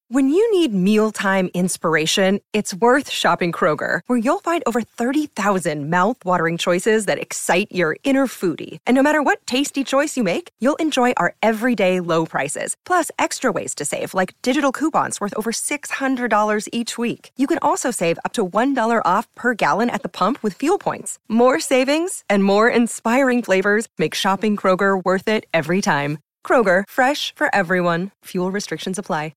When you need mealtime inspiration, it's worth shopping Kroger, where you'll find over 30,000 mouth-watering choices that excite your inner foodie. And no matter what tasty choice you make, you'll enjoy our everyday low prices, plus extra ways to save, like digital coupons worth over $600 each week. You can also save up to $1 off per gallon at the pump with fuel points. More savings and more inspiring flavors make shopping Kroger worth it every time. Kroger, fresh for everyone. Fuel restrictions apply.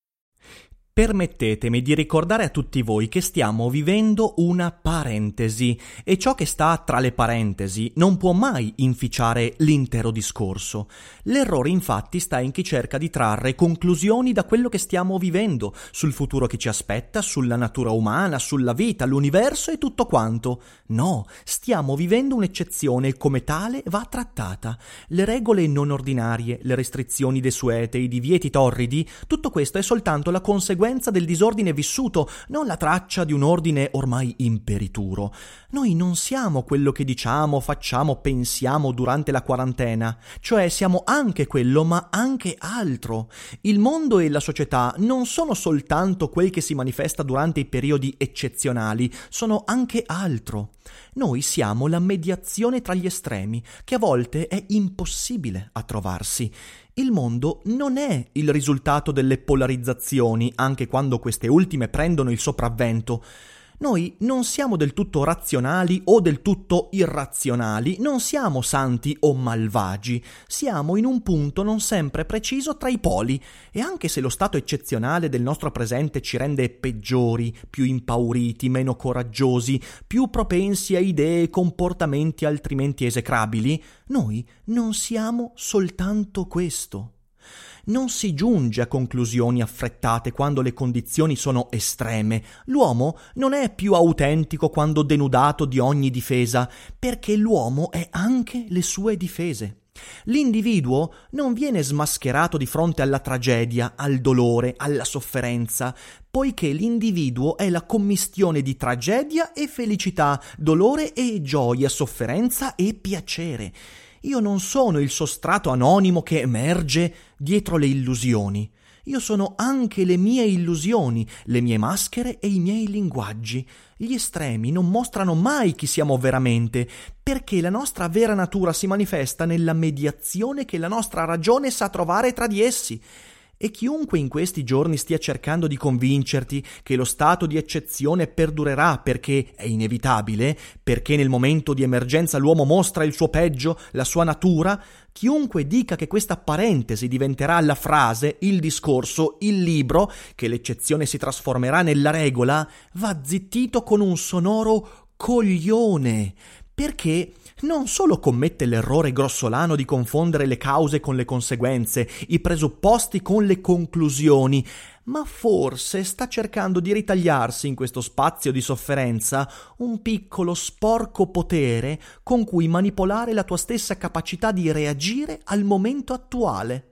Permettetemi di ricordare a tutti voi che stiamo vivendo una parentesi e ciò che sta tra le parentesi non può mai inficiare l'intero discorso. L'errore infatti sta in chi cerca di trarre conclusioni da quello che stiamo vivendo, sul futuro che ci aspetta, sulla natura umana, sulla vita, l'universo e tutto quanto. No, stiamo vivendo un'eccezione e come tale va trattata. Le regole non ordinarie, le restrizioni desuete, i divieti torridi, tutto questo è soltanto la conseguenza del disordine vissuto, non la traccia di un ordine ormai imperituro. Noi non siamo quello che diciamo, facciamo, pensiamo durante la quarantena, cioè siamo anche quello, ma anche altro. Il mondo e la società non sono soltanto quel che si manifesta durante i periodi eccezionali, sono anche altro. Noi siamo la mediazione tra gli estremi, che a volte è impossibile a trovarsi. Il mondo non è il risultato delle polarizzazioni, anche quando queste ultime prendono il sopravvento. Noi non siamo del tutto razionali o del tutto irrazionali, non siamo santi o malvagi, siamo in un punto non sempre preciso tra i poli e anche se lo stato eccezionale del nostro presente ci rende peggiori, più impauriti, meno coraggiosi, più propensi a idee e comportamenti altrimenti esecrabili, noi non siamo soltanto questo. Non si giunge a conclusioni affrettate quando le condizioni sono estreme. L'uomo non è più autentico quando denudato di ogni difesa, perché l'uomo è anche le sue difese. L'individuo non viene smascherato di fronte alla tragedia, al dolore, alla sofferenza, poiché l'individuo è la commistione di tragedia e felicità, dolore e gioia, sofferenza e piacere. Io non sono il sostrato anonimo che emerge dietro le illusioni. Io sono anche le mie illusioni, le mie maschere e i miei linguaggi. Gli estremi non mostrano mai chi siamo veramente, perché la nostra vera natura si manifesta nella mediazione che la nostra ragione sa trovare tra di essi. E chiunque in questi giorni stia cercando di convincerti che lo stato di eccezione perdurerà perché è inevitabile, perché nel momento di emergenza l'uomo mostra il suo peggio, la sua natura, chiunque dica che questa parentesi diventerà la frase, il discorso, il libro, che l'eccezione si trasformerà nella regola, va zittito con un sonoro coglione, perché non solo commette l'errore grossolano di confondere le cause con le conseguenze, i presupposti con le conclusioni, ma forse sta cercando di ritagliarsi in questo spazio di sofferenza un piccolo sporco potere con cui manipolare la tua stessa capacità di reagire al momento attuale.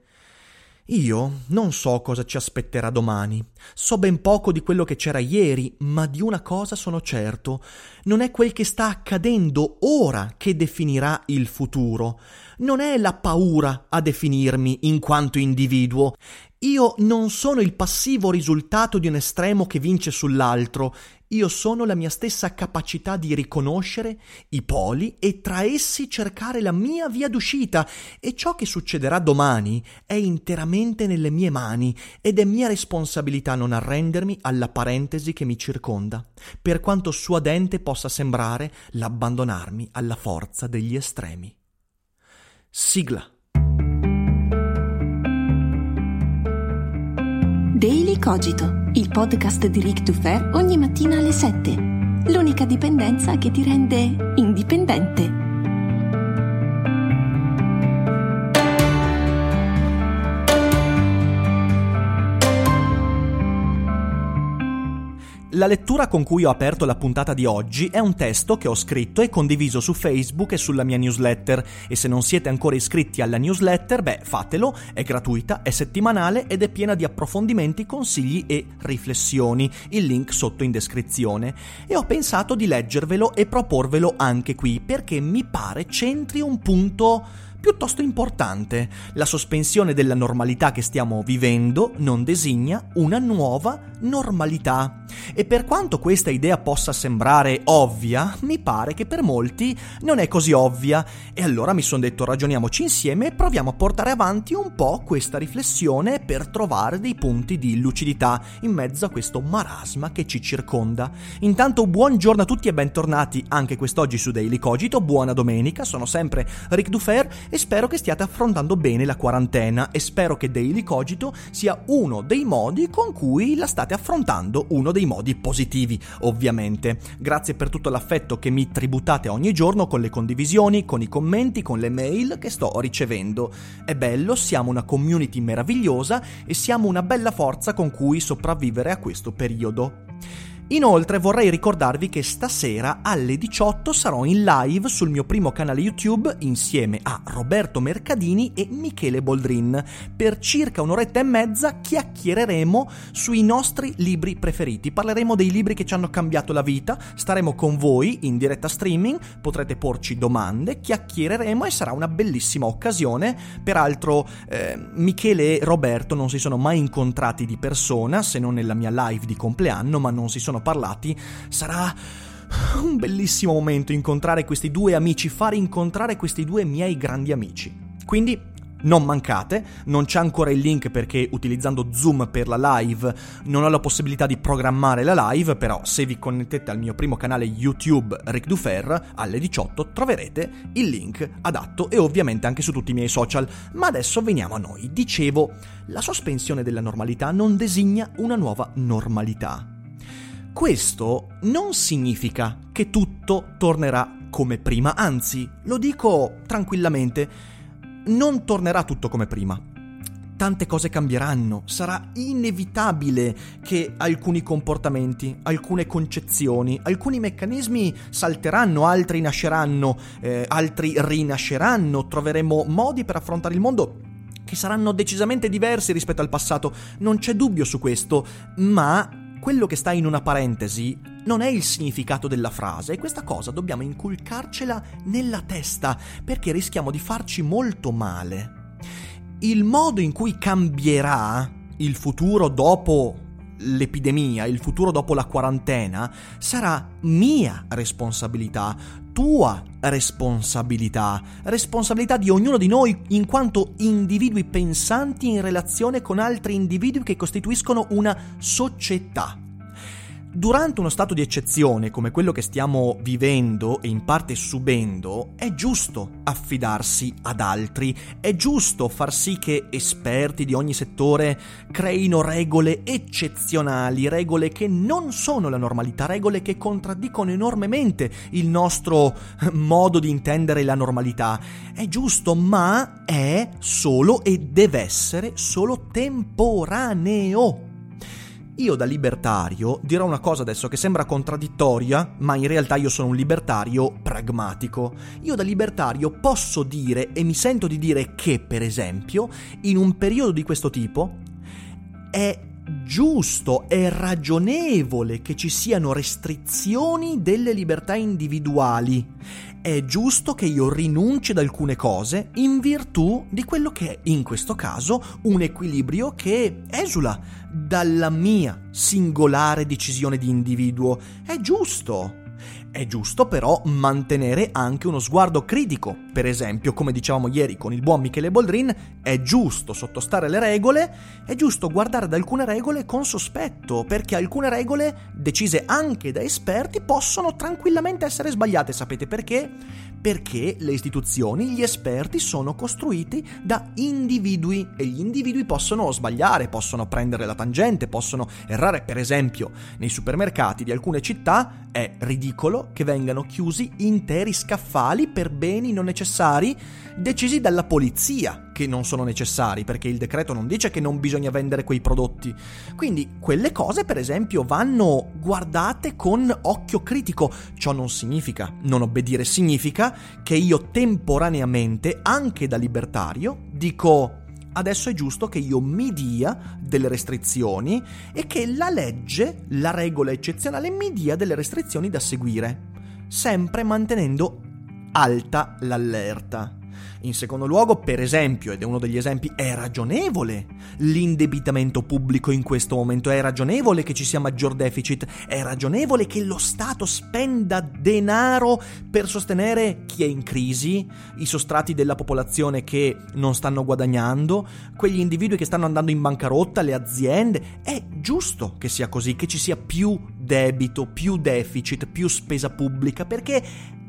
Io non so cosa ci aspetterà domani, so ben poco di quello che c'era ieri, ma di una cosa sono certo: non è quel che sta accadendo ora che definirà il futuro, non è la paura a definirmi in quanto individuo. Io non sono il passivo risultato di un estremo che vince sull'altro, io sono la mia stessa capacità di riconoscere i poli e tra essi cercare la mia via d'uscita, e ciò che succederà domani è interamente nelle mie mani ed è mia responsabilità non arrendermi alla parentesi che mi circonda, per quanto suadente possa sembrare l'abbandonarmi alla forza degli estremi. Sigla. Daily Cogito, il podcast di Ric Dufer ogni mattina alle 7. L'unica dipendenza che ti rende indipendente. La lettura con cui ho aperto la puntata di oggi è un testo che ho scritto e condiviso su Facebook e sulla mia newsletter, e se non siete ancora iscritti alla newsletter, fatelo, è gratuita, è settimanale ed è piena di approfondimenti, consigli e riflessioni, il link sotto in descrizione, e ho pensato di leggervelo e proporvelo anche qui perché mi pare centri un punto piuttosto importante. La sospensione della normalità che stiamo vivendo non designa una nuova normalità. E per quanto questa idea possa sembrare ovvia, mi pare che per molti non è così ovvia. E allora mi sono detto, ragioniamoci insieme e proviamo a portare avanti un po' questa riflessione per trovare dei punti di lucidità in mezzo a questo marasma che ci circonda. Intanto buongiorno a tutti e bentornati anche quest'oggi su Daily Cogito. Buona domenica, sono sempre Ric Dufer e spero che stiate affrontando bene la quarantena e spero che Daily Cogito sia uno dei modi con cui la state affrontando, uno dei modi positivi, ovviamente. Grazie per tutto l'affetto che mi tributate ogni giorno con le condivisioni, con i commenti, con le mail che sto ricevendo. È bello, siamo una community meravigliosa e siamo una bella forza con cui sopravvivere a questo periodo. Inoltre vorrei ricordarvi che stasera alle 18 sarò in live sul mio primo canale YouTube insieme a Roberto Mercadini e Michele Boldrin. Per circa un'oretta e mezza chiacchiereremo sui nostri libri preferiti. Parleremo dei libri che ci hanno cambiato la vita, staremo con voi in diretta streaming, potrete porci domande, chiacchiereremo e sarà una bellissima occasione. Peraltro Michele e Roberto non si sono mai incontrati di persona, se non nella mia live di compleanno, ma non si sono parlati. Sarà un bellissimo momento incontrare questi due amici, fare incontrare questi due miei grandi amici. Quindi non mancate, non c'è ancora il link perché utilizzando Zoom per la live non ho la possibilità di programmare la live, però se vi connettete al mio primo canale YouTube Ric Dufer alle 18 troverete il link adatto e ovviamente anche su tutti i miei social. Ma adesso veniamo a noi. Dicevo, la sospensione della normalità non designa una nuova normalità. Questo non significa che tutto tornerà come prima, anzi, lo dico tranquillamente, non tornerà tutto come prima. Tante cose cambieranno, sarà inevitabile che alcuni comportamenti, alcune concezioni, alcuni meccanismi salteranno, altri nasceranno, altri rinasceranno, troveremo modi per affrontare il mondo che saranno decisamente diversi rispetto al passato, non c'è dubbio su questo, ma quello che sta in una parentesi non è il significato della frase e questa cosa dobbiamo inculcarcela nella testa perché rischiamo di farci molto male. Il modo in cui cambierà il futuro dopo l'epidemia, il futuro dopo la quarantena, sarà mia responsabilità, tua responsabilità di ognuno di noi in quanto individui pensanti in relazione con altri individui che costituiscono una società. Durante uno stato di eccezione come quello che stiamo vivendo e in parte subendo, è giusto affidarsi ad altri, è giusto far sì che esperti di ogni settore creino regole eccezionali, regole che non sono la normalità, regole che contraddicono enormemente il nostro modo di intendere la normalità. È giusto, ma è solo e deve essere solo temporaneo. Io da libertario dirò una cosa adesso che sembra contraddittoria, ma in realtà io sono un libertario pragmatico. Io da libertario posso dire e mi sento di dire che, per esempio, in un periodo di questo tipo è giusto, è ragionevole che ci siano restrizioni delle libertà individuali. È giusto che io rinunci ad alcune cose in virtù di quello che è, in questo caso, un equilibrio che esula dalla mia singolare decisione di individuo. È giusto. È giusto però mantenere anche uno sguardo critico. Per esempio, come dicevamo ieri con il buon Michele Boldrin, è giusto sottostare alle regole, è giusto guardare ad alcune regole con sospetto, perché alcune regole, decise anche da esperti, possono tranquillamente essere sbagliate. Sapete perché? Perché le istituzioni, gli esperti sono costruiti da individui e gli individui possono sbagliare, possono prendere la tangente, possono errare. Per esempio, nei supermercati di alcune città è ridicolo che vengano chiusi interi scaffali per beni non necessari decisi dalla polizia, che non sono necessari perché il decreto non dice che non bisogna vendere quei prodotti. Quindi quelle cose, per esempio, vanno guardate con occhio critico. Ciò non significa, non obbedire significa che io temporaneamente, anche da libertario, dico: adesso è giusto che io mi dia delle restrizioni e che la legge, la regola eccezionale, mi dia delle restrizioni da seguire, sempre mantenendo alta l'allerta. In secondo luogo, per esempio, ed è uno degli esempi, è ragionevole l'indebitamento pubblico in questo momento, è ragionevole che ci sia maggior deficit, è ragionevole che lo Stato spenda denaro per sostenere chi è in crisi, i sostrati della popolazione che non stanno guadagnando, quegli individui che stanno andando in bancarotta, le aziende. È giusto che sia così, che ci sia più debito, più deficit, più spesa pubblica, perché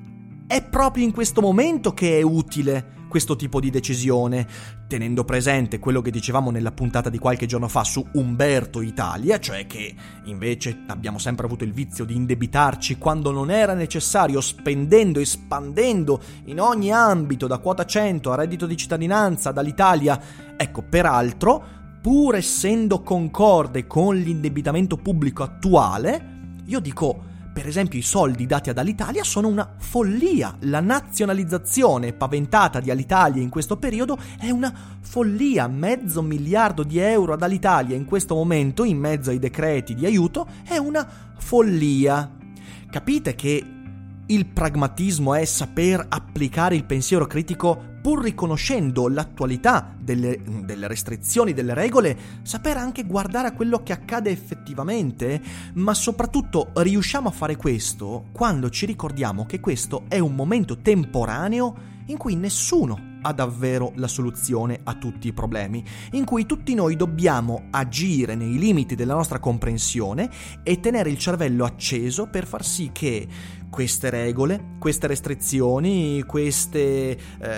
è proprio in questo momento che è utile questo tipo di decisione, tenendo presente quello che dicevamo nella puntata di qualche giorno fa su Umberto Italia, cioè che invece abbiamo sempre avuto il vizio di indebitarci quando non era necessario, spendendo e espandendo in ogni ambito, da quota 100 a reddito di cittadinanza, dall'Italia. Ecco, peraltro, pur essendo concorde con l'indebitamento pubblico attuale, io dico, per esempio, i soldi dati ad Alitalia sono una follia. La nazionalizzazione paventata di Alitalia in questo periodo è una follia. 500 miliardi di euro ad Alitalia in questo momento, in mezzo ai decreti di aiuto, è una follia. Capite che il pragmatismo è saper applicare il pensiero critico pur riconoscendo l'attualità delle restrizioni, delle regole, saper anche guardare a quello che accade effettivamente, ma soprattutto riusciamo a fare questo quando ci ricordiamo che questo è un momento temporaneo in cui nessuno ha davvero la soluzione a tutti i problemi, in cui tutti noi dobbiamo agire nei limiti della nostra comprensione e tenere il cervello acceso per far sì che queste regole, queste restrizioni, queste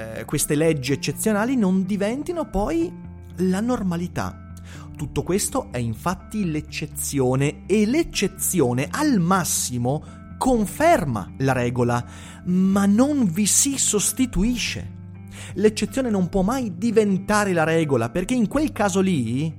leggi eccezionali non diventino poi la normalità. Tutto questo è infatti l'eccezione, e l'eccezione al massimo conferma la regola, ma non vi si sostituisce. L'eccezione non può mai diventare la regola, perché in quel caso lì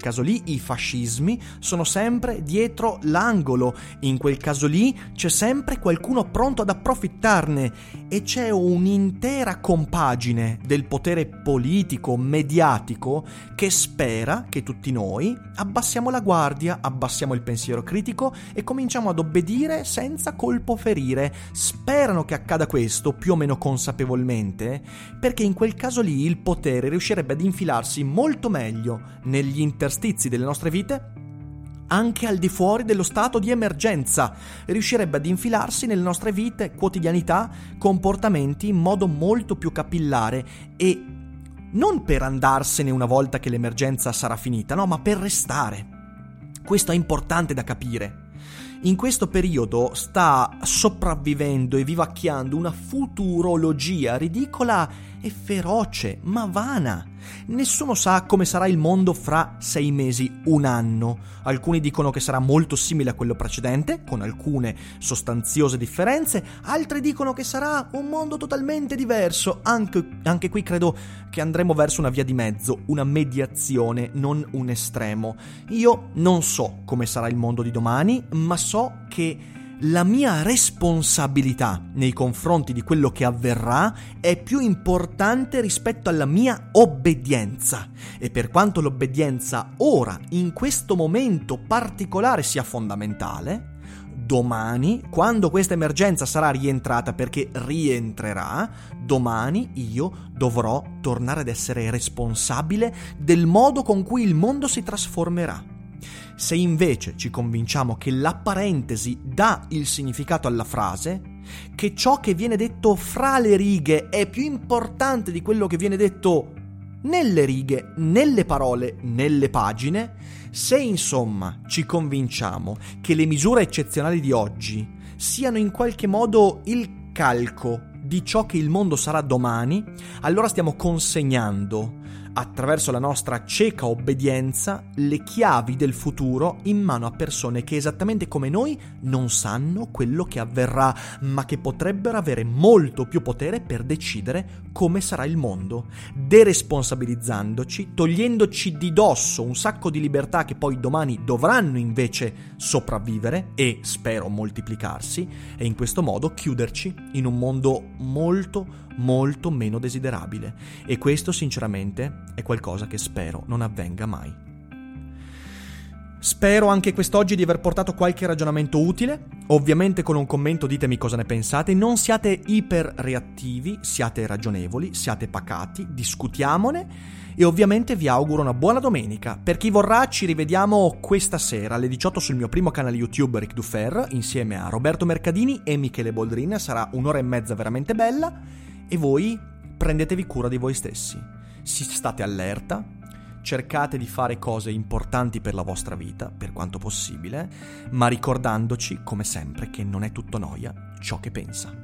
i fascismi sono sempre dietro l'angolo, in quel caso lì c'è sempre qualcuno pronto ad approfittarne e c'è un'intera compagine del potere politico, mediatico, che spera che tutti noi abbassiamo la guardia, abbassiamo il pensiero critico e cominciamo ad obbedire senza colpo ferire. Sperano che accada questo più o meno consapevolmente, perché in quel caso lì il potere riuscirebbe ad infilarsi molto meglio negli interstizi delle nostre vite, anche al di fuori dello stato di emergenza. Riuscirebbe ad infilarsi nelle nostre vite, quotidianità, comportamenti in modo molto più capillare, e non per andarsene una volta che l'emergenza sarà finita, no, ma per restare. Questo è importante da capire. In questo periodo sta sopravvivendo e vivacchiando una futurologia ridicola e feroce, ma vana. Nessuno sa come sarà il mondo fra 6 mesi, un anno. Alcuni dicono che sarà molto simile a quello precedente, con alcune sostanziose differenze, altri dicono che sarà un mondo totalmente diverso. Anche qui credo che andremo verso una via di mezzo, una mediazione, non un estremo. Io non so come sarà il mondo di domani, ma so che la mia responsabilità nei confronti di quello che avverrà è più importante rispetto alla mia obbedienza. E per quanto l'obbedienza ora, in questo momento particolare, sia fondamentale, domani, quando questa emergenza sarà rientrata, perché rientrerà, domani io dovrò tornare ad essere responsabile del modo con cui il mondo si trasformerà. Se invece ci convinciamo che la parentesi dà il significato alla frase, che ciò che viene detto fra le righe è più importante di quello che viene detto nelle righe, nelle parole, nelle pagine, se insomma ci convinciamo che le misure eccezionali di oggi siano in qualche modo il calco di ciò che il mondo sarà domani, allora stiamo consegnando, attraverso la nostra cieca obbedienza, le chiavi del futuro in mano a persone che esattamente come noi non sanno quello che avverrà, ma che potrebbero avere molto più potere per decidere come sarà il mondo, deresponsabilizzandoci, togliendoci di dosso un sacco di libertà che poi domani dovranno invece sopravvivere e, spero, moltiplicarsi, e in questo modo chiuderci in un mondo molto molto meno desiderabile. E questo sinceramente è qualcosa che spero non avvenga mai. Spero anche quest'oggi di aver portato qualche ragionamento utile. Ovviamente con un commento ditemi cosa ne pensate. Non siate iperreattivi, siate ragionevoli, siate pacati, discutiamone e ovviamente vi auguro una buona domenica. Per chi vorrà ci rivediamo questa sera alle 18 sul mio primo canale YouTube Ric Dufer insieme a Roberto Mercadini e Michele Boldrin. Sarà un'ora e mezza veramente bella e voi prendetevi cura di voi stessi. State allerta. Cercate di fare cose importanti per la vostra vita, per quanto possibile, ma ricordandoci, come sempre, che non è tutto noia ciò che pensa.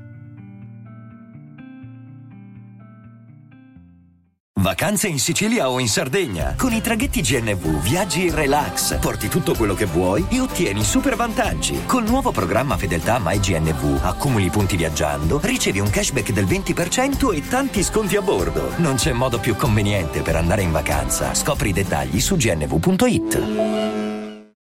Vacanze in Sicilia o in Sardegna. Con i traghetti GNV viaggi in relax, porti tutto quello che vuoi e ottieni super vantaggi. Col nuovo programma Fedeltà MyGNV accumuli punti viaggiando, ricevi un cashback del 20% e tanti sconti a bordo. Non c'è modo più conveniente per andare in vacanza. Scopri i dettagli su gnv.it.